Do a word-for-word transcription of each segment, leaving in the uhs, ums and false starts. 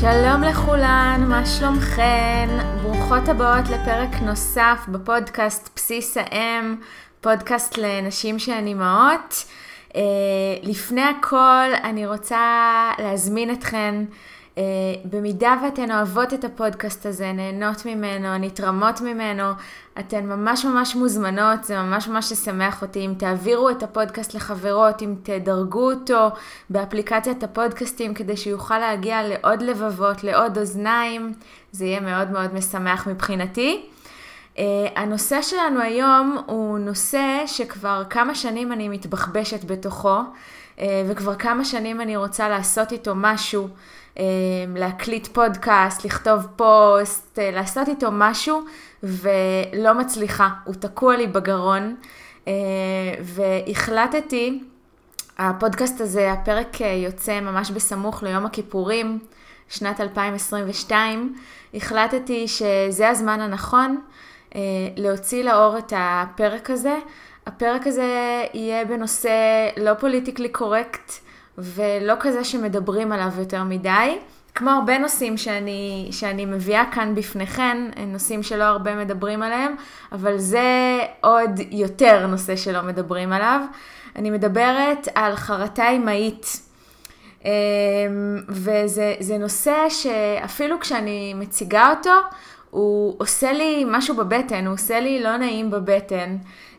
שלום לכולן, מה שלומכן? ברוכות הבאות לפרק נוסף בפודקאסט בסיס האם, פודקאסט לנשים שהן אימהות. Uh, לפני הכל אני רוצה להזמין אתכן, uh, במידה ואתן אוהבות את הפודקאסט הזה, נהנות ממנו, נתרמות ממנו, אתן ממש ממש מוזמנות, זה ממש ממש ישמח אותי אם תעבירו את הפודקאסט לחברות, אם תדרגו אותו באפליקציית הפודקאסטים כדי שיוכל להגיע לעוד לבבות, לעוד אוזניים, זה יהיה מאוד מאוד משמח מבחינתי. Uh, הנושא שלנו היום הוא נושא שכבר כמה שנים אני מתבחבשת בתוכו, uh, וכבר כמה שנים אני רוצה לעשות איתו משהו, uh, להקליט פודקאסט, לכתוב פוסט, uh, לעשות איתו משהו, ולא מצליחה, הוא תקוע לי בגרון, uh, והחלטתי, הפודקאסט הזה, הפרק יוצא ממש בסמוך ליום הכיפורים, שנת אלפיים עשרים ושתיים, החלטתי שזה הזמן הנכון, להוציא לאור את הפרק הזה. הפרק הזה יהיה בנושא לא פוליטיקלי קורקט ולא כזה שמדברים עליו יותר מדי, כמו הרבה נושאים שאני, שאני מביאה כאן בפניכן, נושאים שלא הרבה מדברים עליהם, אבל זה עוד יותר נושא שלא מדברים עליו. אני מדברת על חרטה אימהית, וזה זה נושא שאפילו כשאני מציגה אותו, הוא עושה לי משהו בבטן, הוא עושה לי לא נעים בבטן,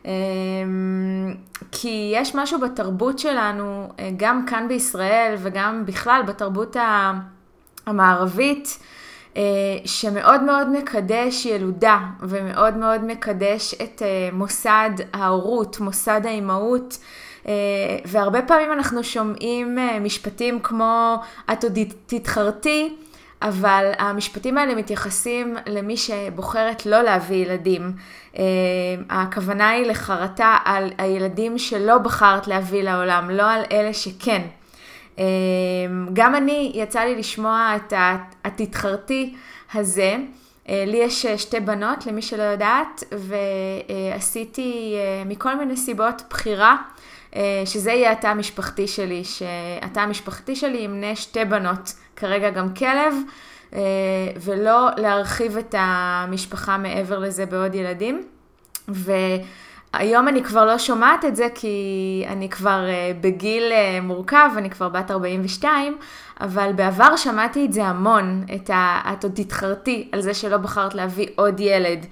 כי יש משהו בתרבות שלנו, גם כאן בישראל וגם בכלל בתרבות המערבית, שמאוד מאוד מקדש ילודה, ומאוד מאוד מקדש את מוסד ההורות, מוסד האימהות, והרבה פעמים אנחנו שומעים משפטים כמו, את עוד תתחרתי, אבל המשפטים האלה מתייחסים למי שבוחרת לא להביא ילדים. הכוונה היא לחרטה על הילדים שלא בחרת להביא לעולם, לא על אלה שכן. גם אני יצא לי לשמוע את התתחרתי הזה. לי יש שתי בנות, למי שלא יודעת, ועשיתי מכל מיני סיבות בחירה, שזה יהיה התא המשפחתי שלי, שהתא המשפחתי שלי ימנה שתי בנות, כרגע גם כלב, ולא להרחיב את המשפחה מעבר לזה בעוד ילדים. והיום אני כבר לא שומעת את זה, כי אני כבר בגיל מורכב, אני כבר בת ארבעים ושתיים, אבל בעבר שמעתי את זה המון, את ה... את עוד תתחרתי על זה שלא בחרת להביא עוד ילד.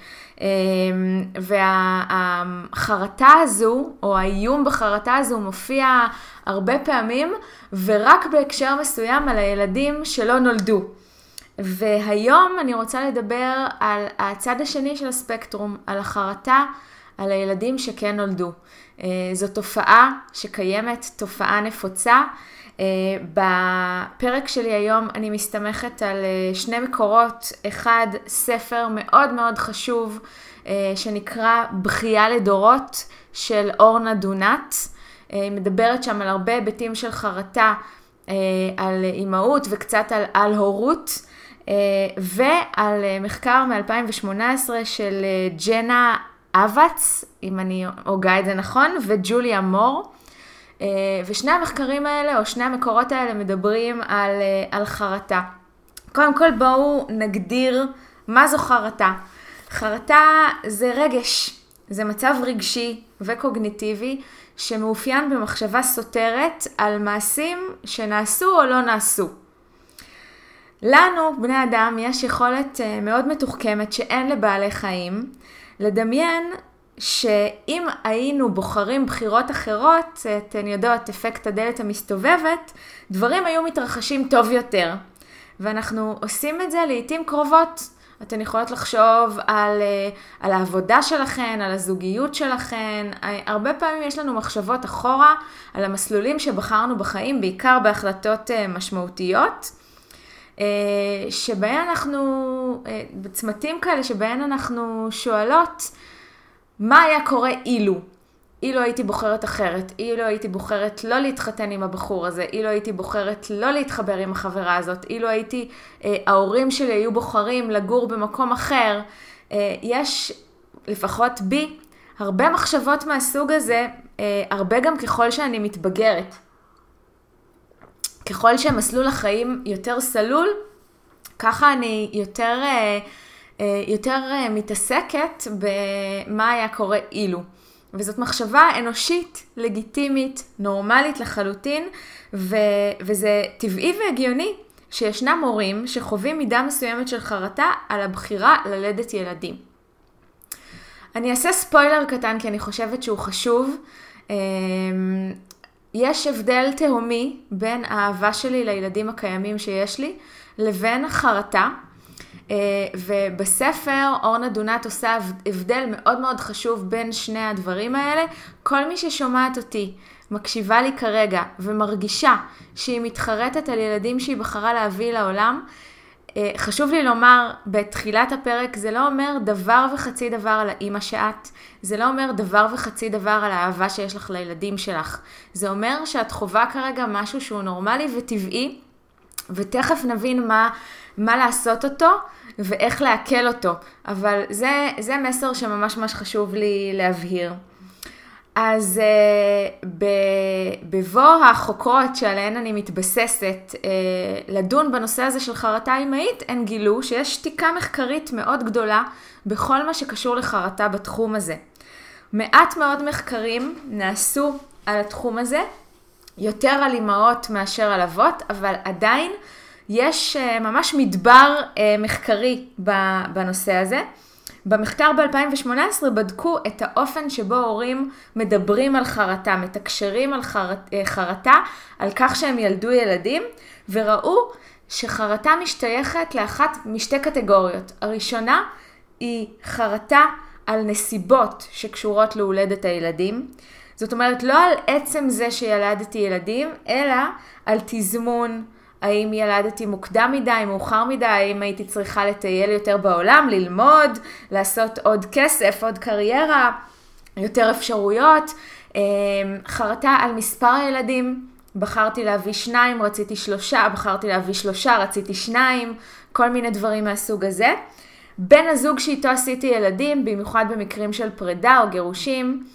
והחרטה הזו, או האיום בחרטה הזו, מופיע הרבה פעמים, ורק בהקשר מסוים על הילדים שלא נולדו. והיום אני רוצה לדבר על הצד השני של הספקטרום, על החרטה, על הילדים שכן נולדו. זו תופעה שקיימת, תופעה נפוצה. בפרק שלי היום אני מסתמכת על שני מקורות, אחד ספר מאוד מאוד חשוב שנקרא בכייה לדורות של אורנה דונת, היא מדברת שם על הרבה היבטים של חרטה, על אימהות וקצת על, על הורות, ועל מחקר מ-אלפיים שמונה עשרה של ג'נה אבץ, אם אני הוגה את זה נכון, וג'וליה מור. ושני המחקרים האלה, או שני המקורות האלה, מדברים על, על חרטה. קודם כל בואו נגדיר מה זו חרטה. חרטה זה רגש, זה מצב רגשי וקוגניטיבי, שמאופיין במחשבה סותרת על מעשים שנעשו או לא נעשו. לנו, בני אדם, יש יכולת מאוד מתוחכמת שאין לבעלי חיים, לדמיין שאם היינו בוחרים בחירות אחרות, אתן יודעות, אפקט הדלת המסתובבת, דברים היו מתרחשים טוב יותר. ואנחנו עושים את זה לעתים קרובות. אתן יכולות לחשוב על, על העבודה שלכן, על הזוגיות שלכן. הרבה פעמים יש לנו מחשבות אחורה על המסלולים שבחרנו בחיים, בעיקר בהחלטות משמעותיות, שבהן אנחנו, בצמתים כאלה שבהן אנחנו שואלות, מה היה קורה אילו? אילו הייתי בוחרת אחרת, אילו הייתי בוחרת לא להתחתן עם הבחור הזה, אילו הייתי בוחרת לא להתחבר עם החברה הזאת, אילו הייתי, אה, ההורים שלי היו בוחרים לגור במקום אחר. אה, יש, לפחות בי, הרבה מחשבות מהסוג הזה, אה, הרבה גם ככל שאני מתבגרת. ככל שמסלול החיים יותר סלול, ככה אני יותר, יותר מתעסקת במה היה קורה אילו. וזאת מחשבה אנושית, לגיטימית, נורמלית לחלוטין, ו- וזה טבעי והגיוני שישנם הורים שחווים מידה מסוימת של חרטה על הבחירה ללדת ילדים. אני אעשה ספוילר קטן כי אני חושבת שהוא חשוב. יש הבדל תהומי בין האהבה שלי לילדים הקיימים שיש לי לבין חרטה. ובספר אורנה דונת עושה הבדל מאוד מאוד חשוב בין שני הדברים האלה. כל מי ששומעת אותי, מקשיבה לי כרגע ומרגישה שהיא מתחרטת על ילדים שהיא בחרה להביא לעולם, חשוב לי לומר בתחילת הפרק, זה לא אומר דבר וחצי דבר על האמא שאת, זה לא אומר דבר וחצי דבר על האהבה שיש לך לילדים שלך. זה אומר שאת חובה כרגע משהו שהוא נורמלי וטבעי, ותכף נבין מה, מה לעשות אותו ואיך להקל אותו. אבל זה, זה מסר שממש ממש חשוב לי להבהיר. אז uh, בבוא החוקרות שעליהן אני מתבססת uh, לדון בנושא הזה של חרטה אמהית, הן גילו שיש שתיקה מחקרית מאוד גדולה בכל מה שקשור לחרטה בתחום הזה. מעט מאוד מחקרים נעשו על התחום הזה, יותר על אמהות מאשר על אבות, אבל עדיין יש uh, ממש מדבר uh, מחקרי בנושא הזה. במחקר ב-אלפיים שמונה עשרה בדקו את האופן שבו הורים מדברים על חרטה, מתקשרים על חרט, חרטה, על כך שהם ילדו ילדים, וראו שחרטה משתייכת לאחת משתי קטגוריות. הראשונה היא חרטה על נסיבות שקשורות להולדת הילדים. זאת אומרת, לא על עצם זה שילדתי ילדים, אלא על תזמון, האם ילדתי מוקדם מדי, מאוחר מדי, האם הייתי צריכה לטייל יותר בעולם, ללמוד, לעשות עוד כסף, עוד קריירה, יותר אפשרויות. חרטה על מספר הילדים, בחרתי להביא שניים, רציתי שלושה, בחרתי להביא שלושה, רציתי שניים, כל מיני דברים מהסוג הזה. בן הזוג שאיתו עשיתי ילדים, במיוחד במקרים של פרידה או גירושים,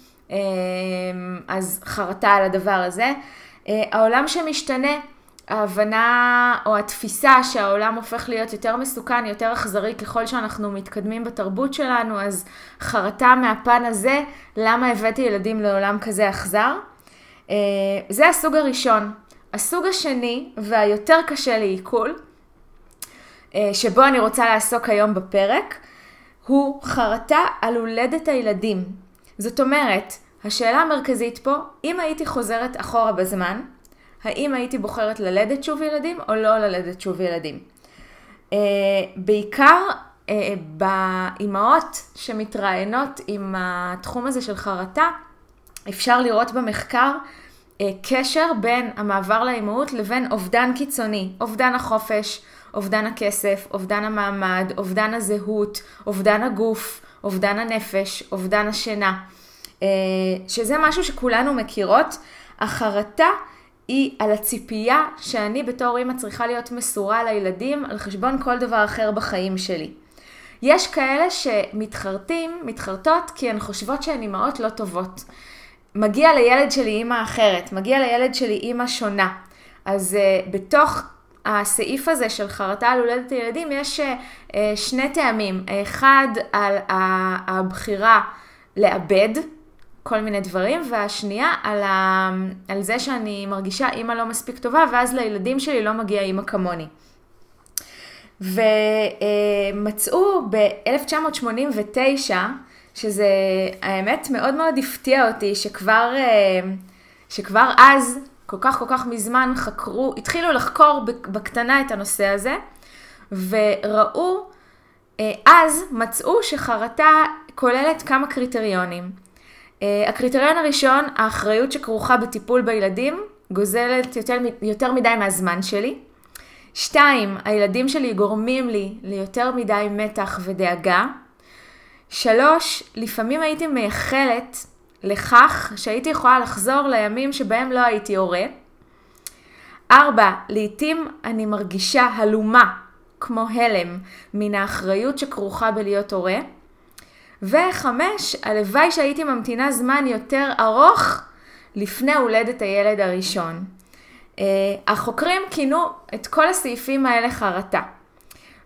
אז חרטה על הדבר הזה. העולם שמשתנה, ההבנה או התפיסה שהעולם הופך להיות יותר מסוכן, יותר אכזרי ככל שאנחנו מתקדמים בתרבות שלנו, אז חרטה מהפן הזה, למה הבאתי ילדים לעולם כזה אכזר? זה הסוג הראשון. הסוג השני והיותר קשה לעיכול, שבו אני רוצה לעסוק היום בפרק, הוא חרטה על הולדת הילדים. זאת אומרת, השאלה המרכזית פה, אם הייתי חוזרת אחורה בזמן, האם הייתי בוחרת ללדת שוב ילדים או לא ללדת שוב ילדים? Uh, בעיקר uh, באימהות שמתראיינות עם התחום הזה של חרטה, אפשר לראות במחקר uh, קשר בין המעבר לאימהות לבין אובדן קיצוני, אובדן החופש, אובדן הכסף, אובדן המעמד, אובדן הזהות, אובדן הגוף, אובדן הנפש, אובדן השינה, uh, שזה משהו שכולנו מכירות. החרטה היא על הציפייה שאני בתור אמא צריכה להיות מסורה לילדים על חשבון כל דבר אחר בחיים שלי. יש כאלה שמתחרטים, מתחרטות כי הן חושבות שהן אמהות לא טובות. מגיע לילד שלי אמא אחרת, מגיע לילד שלי אמא שונה. אז uh, בתוך הסעיף הזה של חרטה על הולדת הילדים יש uh, שני טעמים. אחד על הבחירה לאבד כל מיני דברים, והשנייה על, ה... על זה שאני מרגישה אימא לא מספיק טובה, ואז לילדים שלי לא מגיע אימא כמוני. ומצאו ב-אלף תשע מאות שמונים ותשע, שזה האמת מאוד מאוד הפתיע אותי, שכבר, שכבר אז, כל כך כל כך מזמן חקרו, התחילו לחקור בקטנה את הנושא הזה, וראו, אז מצאו שחרטה כוללת כמה קריטריונים. הקריטריון הראשון, האחריות שכרוכה בטיפול בילדים, גוזלת יותר, יותר מדי מהזמן שלי. שתיים, הילדים שלי גורמים לי ליותר מדי מתח ודאגה. שלוש, לפעמים הייתי מייחלת לכך שהייתי יכולה לחזור לימים שבהם לא הייתי הורה. ארבע, לעתים אני מרגישה הלומה, כמו הלם, מן האחריות שכרוכה בלהיות הורה. וחמש, הלוואי שהייתי ממתינה זמן יותר ארוך לפני הולדת הילד הראשון. החוקרים כינו את כל הסעיפים האלה חרטה.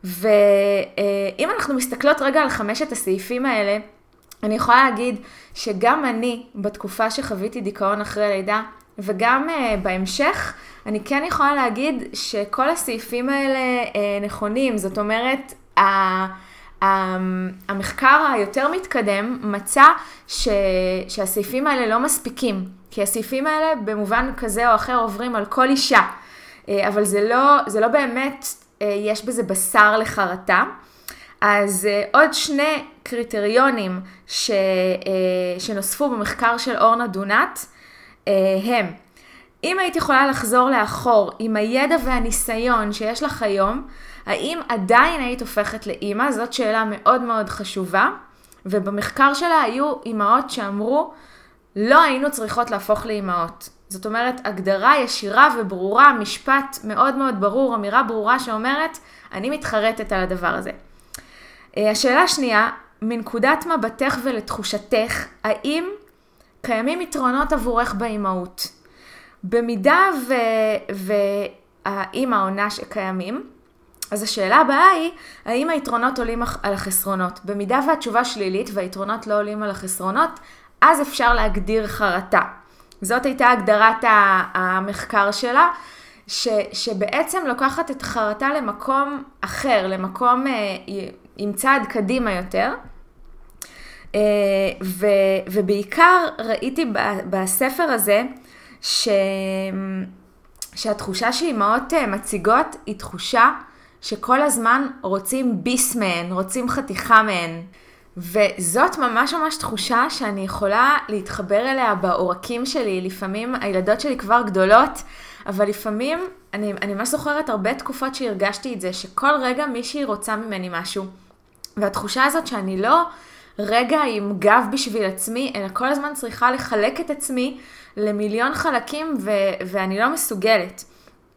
ואם אנחנו מסתכלות רגע על חמשת הסעיפים האלה, אני יכולה להגיד שגם אני בתקופה שחוויתי דיכאון אחרי לידה, וגם uh, בהמשך, אני כן יכולה להגיד שכל הסעיפים האלה uh, נכונים. זאת אומרת, ה- ה- המחקר היותר מתקדם מצא ש- שהסעיפים האלה לא מספיקים, כי הסעיפים האלה במובן כזה או אחר עוברים על כל אישה, uh, אבל זה לא, זה לא באמת, uh, יש בזה בשר לחרטה. אז uh, עוד שני קריטריונים ש, uh, שנוספו במחקר של אורנה דונת, הם, אם היית יכולה לחזור לאחור עם הידע והניסיון שיש לך היום, האם עדיין היית הופכת לאמא? זאת שאלה מאוד מאוד חשובה, ובמחקר שלה היו אמהות שאמרו, לא היינו צריכות להפוך לאמהות. זאת אומרת, הגדרה ישירה וברורה, משפט מאוד מאוד ברור, אמירה ברורה שאומרת, אני מתחרטת על הדבר הזה. השאלה השנייה, מנקודת מבטך ולתחושתך, האם קיימים יתרונות עבורך באימהות? במידה ו... והאימא עונה שקיימים, אז השאלה הבאה היא, האם היתרונות עולים על החסרונות? במידה והתשובה שלילית והיתרונות לא עולים על החסרונות, אז אפשר להגדיר חרטה. זאת הייתה הגדרת המחקר שלה, ש... שבעצם לוקחת את החרטה למקום אחר, למקום עם צעד קדימה יותר. ו, ובעיקר ראיתי בספר הזה ש, שהתחושה שאימהות מציגות היא תחושה שכל הזמן רוצים ביס מהן, רוצים חתיכה מהן. וזאת ממש ממש תחושה שאני יכולה להתחבר אליה בעורקים שלי. לפעמים הילדות שלי כבר גדולות, אבל לפעמים אני, אני ממש זוכרת הרבה תקופות שהרגשתי את זה, שכל רגע מישהי רוצה ממני משהו. והתחושה הזאת שאני לא רגע עם גב בשביל עצמי, אלא כל הזמן צריכה לחלק את עצמי למיליון חלקים, ו- ואני לא מסוגלת.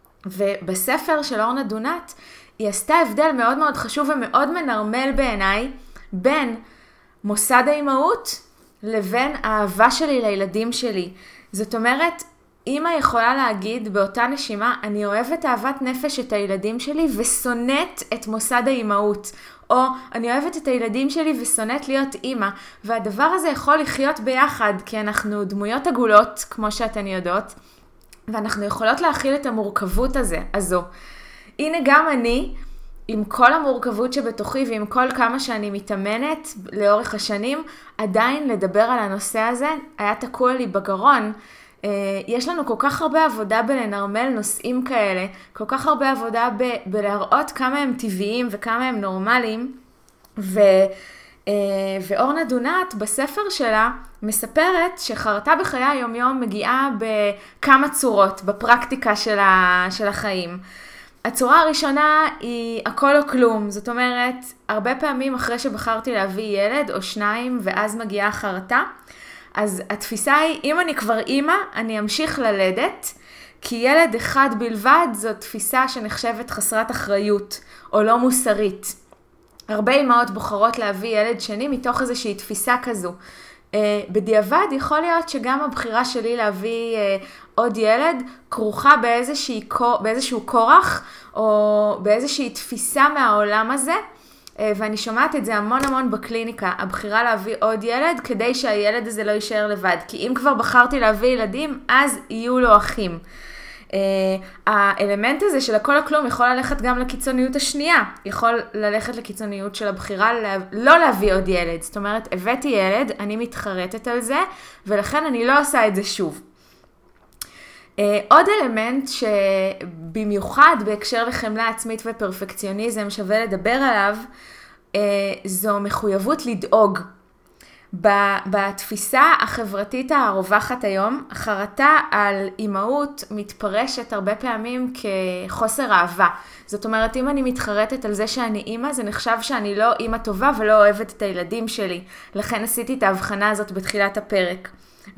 ובספר של אורנה דונת, היא עשתה הבדל מאוד מאוד חשוב ומאוד מנרמל בעיניי, בין מוסד האימהות לבין האהבה שלי לילדים שלי. זאת אומרת, אמא יכולה להגיד באותה נשימה, אני אוהבת אהבת נפש את הילדים שלי ושונאת את מוסד האימהות. או אני אוהבת את הילדים שלי ושונאת להיות אימא. והדבר הזה יכול לחיות ביחד, כי אנחנו דמויות עגולות, כמו שאתן יודעות, ואנחנו יכולות להכיל את המורכבות הזה, הזו. הנה גם אני, עם כל המורכבות שבתוכי ועם כל כמה שאני מתאמנת לאורך השנים, עדיין לדבר על הנושא הזה היה תקוע לי בגרון. יש לנו כל כך הרבה עבודה בלנרמל נושאים כאלה, כל כך הרבה עבודה ב- בלהראות כמה הם טבעיים וכמה הם נורמליים. ו- ואורנה דונת בספר שלה מספרת שחרטה בחיי היום-יום מגיעה בכמה צורות בפרקטיקה של, ה- של החיים. הצורה הראשונה היא הכל או כלום. זאת אומרת, הרבה פעמים אחרי שבחרתי להביא ילד או שניים ואז מגיעה חרטה, אז התפיסה היא, אם אני כבר אימא, אני אמשיך ללדת, כי ילד אחד בלבד זו תפיסה שנחשבת חסרת אחריות או לא מוסרית. הרבה אימהות בוחרות להביא ילד שני מתוך איזושהי תפיסה כזו. בדיעבד יכול להיות שגם הבחירה שלי להביא עוד ילד כרוכה באיזשהו כורח או באיזושהי תפיסה מהעולם הזה, ואני שומעת את זה המון המון בקליניקה, הבחירה להביא עוד ילד כדי שהילד הזה לא יישאר לבד, כי אם כבר בחרתי להביא ילדים, אז יהיו לו אחים. האלמנט הזה של הכל או כלום יכול ללכת גם לקיצוניות השנייה, יכול ללכת לקיצוניות של הבחירה לא להביא עוד ילד. זאת אומרת, הבאתי ילד, אני מתחרטת על זה, ולכן אני לא עושה את זה שוב. עוד אלמנט שבמיוחד בהקשר לחמלה עצמית ופרפקציוניזם שווה לדבר עליו, זו מחויבות לדאוג. בתפיסה החברתית הרווחת היום, חרטה על אימהות מתפרשת הרבה פעמים כחוסר אהבה. זאת אומרת, אם אני מתחרטת על זה שאני אימא, זה נחשב שאני לא אימא טובה ולא אוהבת את הילדים שלי. לכן עשיתי את ההבחנה הזאת בתחילת הפרק.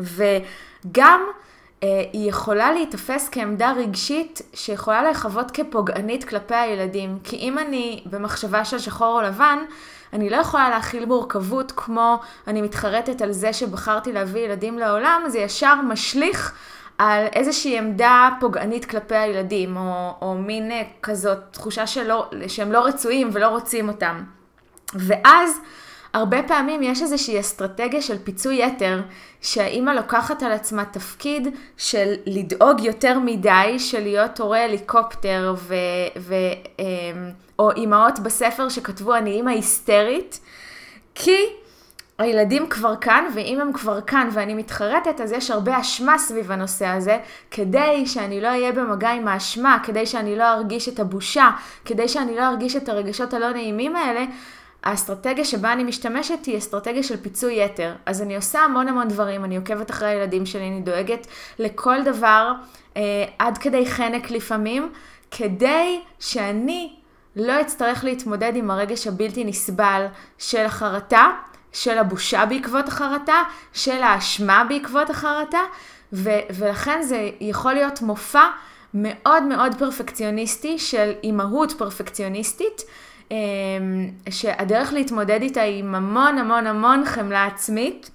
וגם היא יכולה להתאפס כעמדה רגשית שיכולה להיחוות כפוגענית כלפי הילדים. כי אם אני במחשבה של שחור או לבן, אני לא יכולה להכיל מורכבות כמו אני מתחרטת על זה שבחרתי להביא ילדים לעולם, זה ישר משליך על איזושהי עמדה פוגענית כלפי הילדים, או, או מין כזאת תחושה שלא, שהם לא רצויים ולא רוצים אותם. ואז הרבה פעמים יש איזושהי אסטרטגיה של פיצוי יתר, שהאימא לוקחת על עצמה תפקיד של לדאוג יותר מדי, של להיות הורה הליקופטר, ו, ו, או אימהות בספר שכתבו אני אימא היסטרית, כי הילדים כבר כאן, ואם הם כבר כאן ואני מתחרטת, אז יש הרבה אשמה סביב הנושא הזה, כדי שאני לא אהיה במגע עם האשמה, כדי שאני לא ארגיש את הבושה, כדי שאני לא ארגיש את הרגשות הלא נעימים האלה, האסטרטגיה שבה אני משתמשת היא אסטרטגיה של פיצוי יתר. אז אני עושה המון המון דברים, אני עוקבת אחרי הילדים שלי, אני דואגת לכל דבר, אה, עד כדי חנק לפעמים, כדי שאני לא אצטרך להתמודד עם הרגש הבלתי נסבל של החרטה, של הבושה בעקבות החרטה, של האשמה בעקבות החרטה, ו- ולכן זה יכול להיות מופע מאוד מאוד פרפקציוניסטי של אימהות פרפקציוניסטית, שהדרך להתמודד איתה היא עם המון המון המון חמלה עצמית.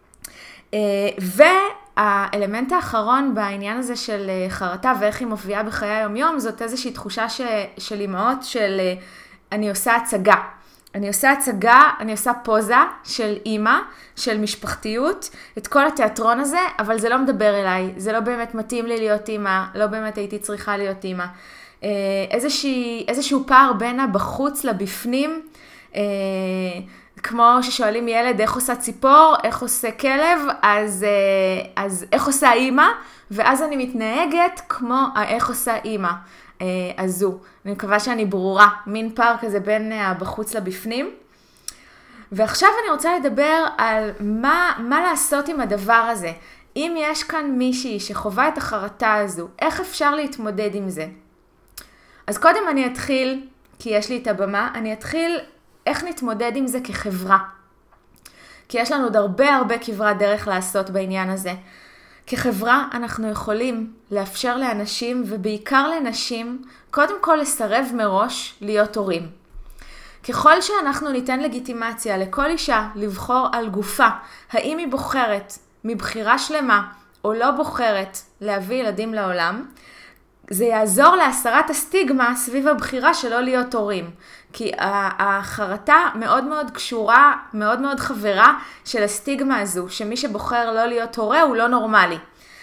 והאלמנט האחרון בעניין הזה של חרטה ואיך היא מופיעה בחיי היום-יום, זאת איזושהי תחושה ש- של אימהות של אני עושה הצגה. אני עושה הצגה, אני עושה פוזה של אימא, של משפחתיות, את כל התיאטרון הזה, אבל זה לא מדבר אליי, זה לא באמת מתאים לי להיות אימא, לא באמת הייתי צריכה להיות אימא. איזושהי, איזשהו פער בין הבחוץ לבפנים, כמו ששואלים ילד איך עושה ציפור, איך עושה כלב, אז, אז איך עושה אימא, ואז אני מתנהגת כמו איך עושה אימא. אז זו, אני מקווה שאני ברורה, מין פער כזה בין הבחוץ לבפנים. ועכשיו אני רוצה לדבר על מה, מה לעשות עם הדבר הזה. אם יש כאן מישהי שחובה את החרטה הזו, איך אפשר להתמודד עם זה? אז קודם אני אתחיל, כי יש לי את הבמה, אני אתחיל איך נתמודד עם זה כחברה. כי יש לנו עוד הרבה הרבה כברת דרך לעשות בעניין הזה. כחברה אנחנו יכולים לאפשר לאנשים, ובעיקר לנשים, קודם כל לסרב מראש להיות הורים. ככל שאנחנו ניתן לגיטימציה לכל אישה לבחור על גופה, האם היא בוחרת מבחירה שלמה או לא בוחרת להביא ילדים לעולם, זה יעזור להסרת הסטיגמה סביב הבחירה שלא להיות הורים. כי החרטה מאוד מאוד קשורה, מאוד מאוד חברה של הסטיגמה הזו, שמי שבוחר לא להיות הורה הוא לא נורמלי.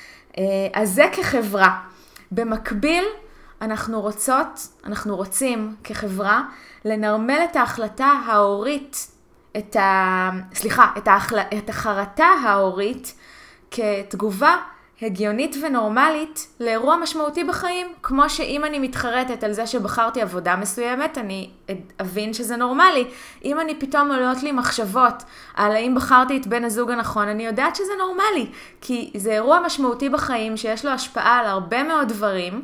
אז זה כחברה. במקביל, אנחנו רוצות, אנחנו רוצים כחברה, לנרמל את ההחלטה ההורית, את ה... סליחה, את, ההחל... את החרטה ההורית, כתגובה הגיונית ונורמלית לאירוע משמעותי בחיים, כמו שאם אני מתחרטת על זה שבחרתי עבודה מסוימת, אני אבין שזה נורמלי. אם אני פתאום עולות לי מחשבות על האם בחרתי את בן הזוג הנכון, אני יודעת שזה נורמלי, כי זה אירוע משמעותי בחיים שיש לו השפעה על הרבה מאוד דברים,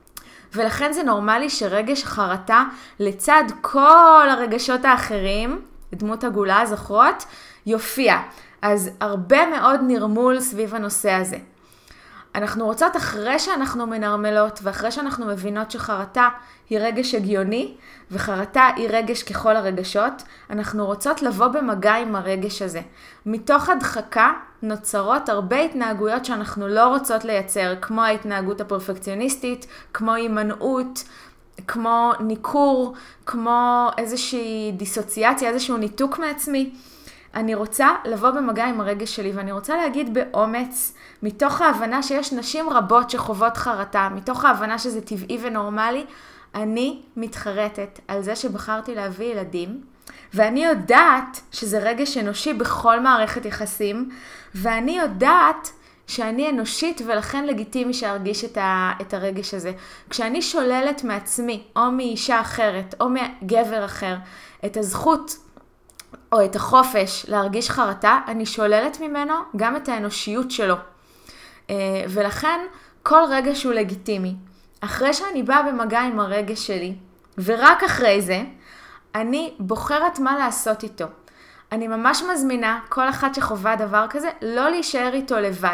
ולכן זה נורמלי שרגש חרטה לצד כל הרגשות האחרים, דמות עגולה זוכרות, יופיע. אז הרבה מאוד נרמול סביב הנושא הזה. אנחנו רוצות אחרי שאנחנו מנרמלות ואחרי שאנחנו מבינות שחרטה היא רגש הגיוני וחרטה היא רגש ככל הרגשות, אנחנו רוצות לבוא במגע עם הרגש הזה. מתוך הדחקה נוצרות הרבה התנהגויות שאנחנו לא רוצות לייצר, כמו ההתנהגות הפרפקציוניסטית, כמו הימנעות, כמו ניכור, כמו איזושהי דיסוציאציה, איזשהו ניתוק מעצמי. אני רוצה לבוא במגע עם הרגש שלי, ואני רוצה להגיד באומץ, מתוך ההבנה שיש נשים רבות שחוות חרטה, מתוך ההבנה שזה טבעי ונורמלי, אני מתחרטת על זה שבחרתי להביא ילדים, ואני יודעת שזה רגש אנושי בכל מערכת יחסים, ואני יודעת שאני אנושית ולכן לגיטימי שארגיש את, ה, את הרגש הזה. כשאני שוללת מעצמי, או מאישה אחרת, או מגבר אחר, את הזכות או את החופש להרגיש חרטה, אני שוללת ממנו גם את האנושיות שלו. ולכן כל רגש הוא לגיטימי. אחרי שאני באה במגע עם הרגש שלי, ורק אחרי זה, אני בוחרת מה לעשות איתו. אני ממש מזמינה כל אחת שחווה דבר כזה, לא להישאר איתו לבד.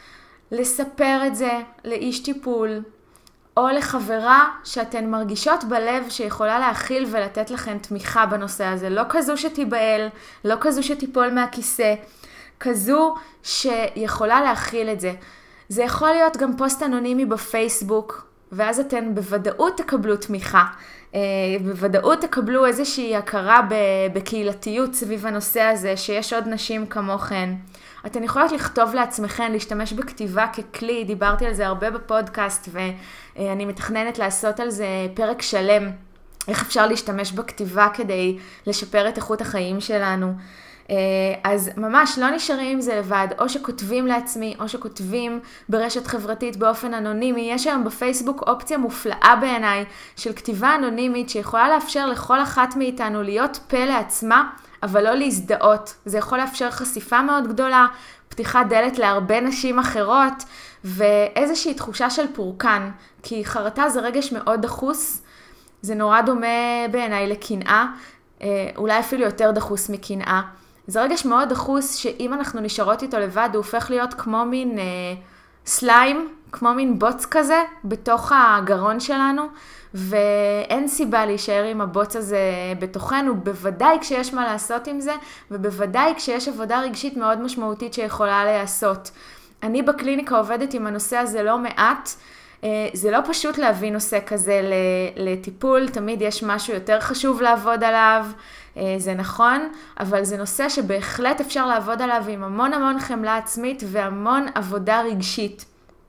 לספר את זה לאיש טיפול, או לחברה שאתן מרגישות בלב שיכולה להכיל ולתת לכן תמיכה בנושא הזה. לא כזו שתיבעל, לא כזו שתיפול מהכיסא, כזו שיכולה להכיל את זה. זה יכול להיות גם פוסט אנונימי בפייסבוק, ואז אתן בוודאות תקבלו תמיכה. בוודאות תקבלו איזושהי הכרה בקהילתיות סביב הנושא הזה, שיש עוד נשים כמוכן. אתן יכולות לכתוב לעצמכן, להשתמש בכתיבה ככלי, דיברתי על זה הרבה בפודקאסט, ואני מתכננת לעשות על זה פרק שלם, איך אפשר להשתמש בכתיבה כדי לשפר את איכות החיים שלנו. אז ממש לא נשארים עם זה לבד, או שכותבים לעצמי, או שכותבים ברשת חברתית באופן אנונימי. יש היום בפייסבוק אופציה מופלאה בעיניי של כתיבה אנונימית שיכולה לאפשר לכל אחת מאיתנו להיות פה לעצמה, אבל לא להזדהות. זה יכול לאפשר חשיפה מאוד גדולה, פתיחת דלת להרבה נשים אחרות, ואיזושהי תחושה של פורקן, כי חרטה זה רגש מאוד דחוס, זה נורא דומה בעיניי לקנאה, אולי אפילו יותר דחוס מקנאה. זה רגש מאוד דחוס שאם אנחנו נשארות איתו לבד, הוא הופך להיות כמו מין אה, סליים, כמו מין בוץ כזה בתוך הגרון שלנו, ואין סיבה להישאר עם הבוץ הזה בתוכנו, בוודאי כשיש מה לעשות עם זה, ובוודאי כשיש עבודה רגשית מאוד משמעותית שיכולה להיעשות. אני בקליניקה עובדת עם הנושא הזה לא מעט, זה לא פשוט להביא נושא כזה לטיפול, תמיד יש משהו יותר חשוב לעבוד עליו, זה נכון, אבל זה נושא שבהחלט אפשר לעבוד עליו עם המון המון חמלה עצמית והמון עבודה רגשית.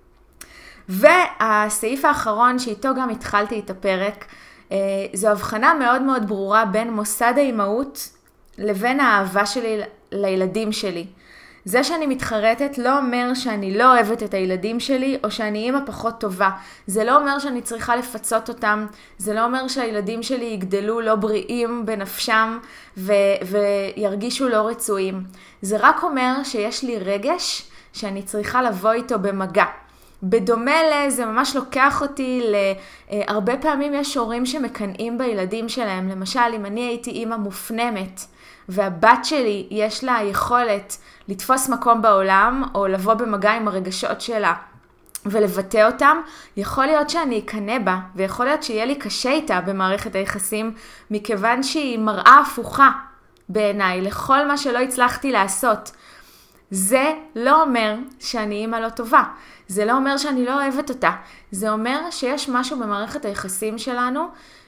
והסעיף האחרון שאיתו גם התחלתי את הפרק, זו הבחנה מאוד מאוד ברורה בין מוסד האימהות לבין האהבה שלי לילדים שלי. זה שאני מתחרטת לא אומר שאני לא אוהבת את הילדים שלי או שאני אימא פחות טובה. זה לא אומר שאני צריכה לפצות אותם. זה לא אומר שהילדים שלי יגדלו לא בריאים בנפשם ו- וירגישו לא רצויים. זה רק אומר שיש לי רגש שאני צריכה לבוא איתו במגע. בדומה לזה ממש לוקח אותי להרבה פעמים יש הורים שמקנאים בילדים שלהם. למשל, אם אני הייתי אימא מופנמת והבת שלי יש לה יכולת לתפוס מקום בעולם או לבוא במגע עם הרגשות שלה ולבטא אותם, יכול להיות שאני אקנה בה ויכול להיות שיהיה לי קשה איתה במערכת היחסים, מכיוון שהיא מראה הפוכה בעיניי לכל מה שלא הצלחתי לעשות. זה לא אומר שאני אימא לא טובה, זה לא אומר שאני לא אוהבת אותה, זה אומר שיש משהו במערכת היחסים שלנו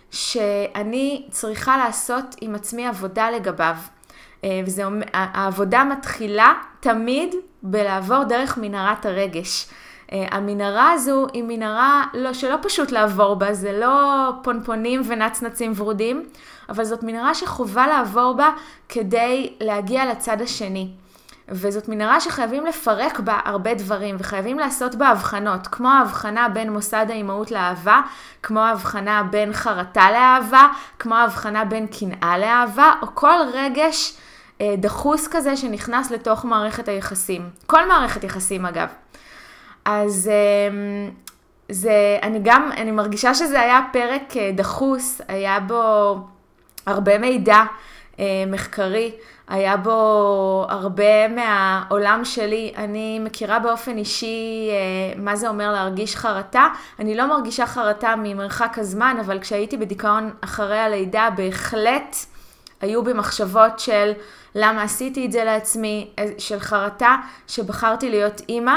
שאני צריכה לעשות עם עצמי עבודה לגביו. וזה, העבודה מתחילה תמיד בלעבור דרך מנהרת הרגש. המנהרה הזו היא מנהרה לא, שלא פשוט לעבור בה, זה לא פונפונים ונצנצים ורודים, אבל זאת מנהרה שחובה לעבור בה כדי להגיע לצד השני. וזאת מנהרה שחייבים לפרק בה הרבה דברים, וחייבים לעשות בה הבחנות, כמו ההבחנה בין מוסד האימהות לאהבה, כמו ההבחנה בין חרטה לאהבה, כמו ההבחנה בין קנאה לאהבה, או כל רגש אה, דחוס כזה שנכנס לתוך מערכת היחסים. כל מערכת יחסים אגב. אז אה, זה, אני גם, אני מרגישה שזה היה פרק אה, דחוס, היה בו הרבה מידע אה, מחקרי, היה בו הרבה מהעולם שלי. אני מכירה באופן אישי מה זה אומר להרגיש חרטה. אני לא מרגישה חרטה ממרחק הזמן, אבל כשהייתי בדיכאון אחרי הלידה, בהחלט היו במחשבות של למה עשיתי את זה לעצמי, של חרטה שבחרתי להיות אימא.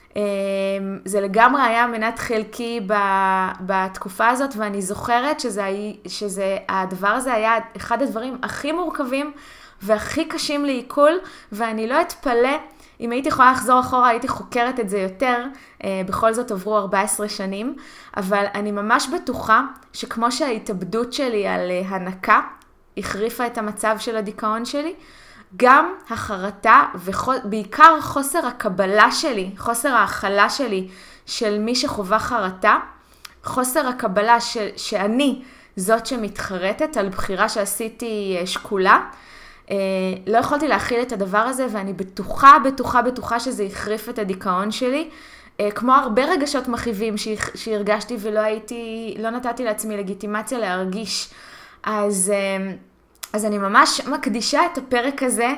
זה לגמרי היה מנת חלקי בתקופה הזאת, ואני זוכרת שזה, שזה, הדבר הזה היה אחד הדברים הכי מורכבים, והכי קשים לעיכול, ואני לא אתפלא, אם הייתי יכולה לחזור אחורה, הייתי חוקרת את זה יותר, בכל זאת עברו ארבע עשרה שנים, אבל אני ממש בטוחה שכמו שההתאבדות שלי על הנקה, החריפה את המצב של הדיכאון שלי, גם החרטה, ובעיקר חוסר הקבלה שלי, חוסר ההכלה שלי, של מי שחובה חרטה, חוסר הקבלה ש, שאני זאת שמתחרטת על בחירה שעשיתי שקולה, לא יכולתי להכיל את הדבר הזה, ואני בטוחה, בטוחה, בטוחה שזה יחריף את הדיכאון שלי, כמו הרבה רגשות מכאיבים שהרגשתי ולא הייתי, לא נתתי לעצמי לגיטימציה להרגיש. אז, אז אני ממש מקדישה את הפרק הזה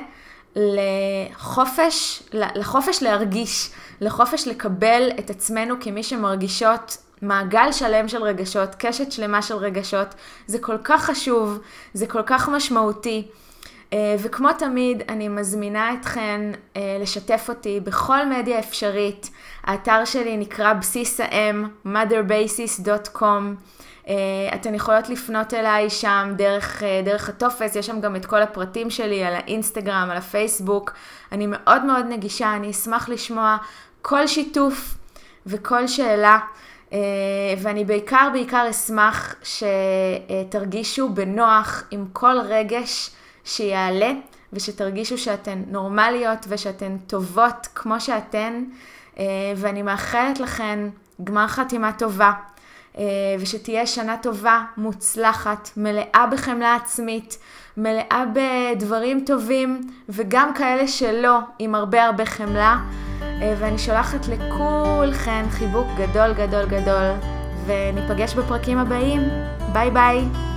לחופש, לחופש להרגיש, לחופש לקבל את עצמנו כמי שמרגישות מעגל שלם של רגשות, קשת שלמה של רגשות. זה כל כך חשוב, זה כל כך משמעותי. וכמו תמיד, אני מזמינה אתכן לשתף אותי בכל מדיה אפשרית. האתר שלי נקרא בסיס האם, mother basis דוט קום. אתן יכולות לפנות אליי שם דרך, דרך הטופס, יש שם גם את כל הפרטים שלי על האינסטגרם, על הפייסבוק. אני מאוד מאוד נגישה, אני אשמח לשמוע כל שיתוף וכל שאלה. ואני בעיקר בעיקר אשמח שתרגישו בנוח עם כל רגש שיעלה, ושתרגישו שאתן נורמליות ושאתן טובות כמו שאתן, ואני מאחלת לכן גמר חתימה טובה, ושתהיה שנה טובה, מוצלחת, מלאה בחמלה עצמית, מלאה בדברים טובים, וגם כאלה שלא, עם הרבה הרבה חמלה. ואני שולחת לכולכן חיבוק גדול גדול גדול, וניפגש בפרקים הבאים. ביי ביי.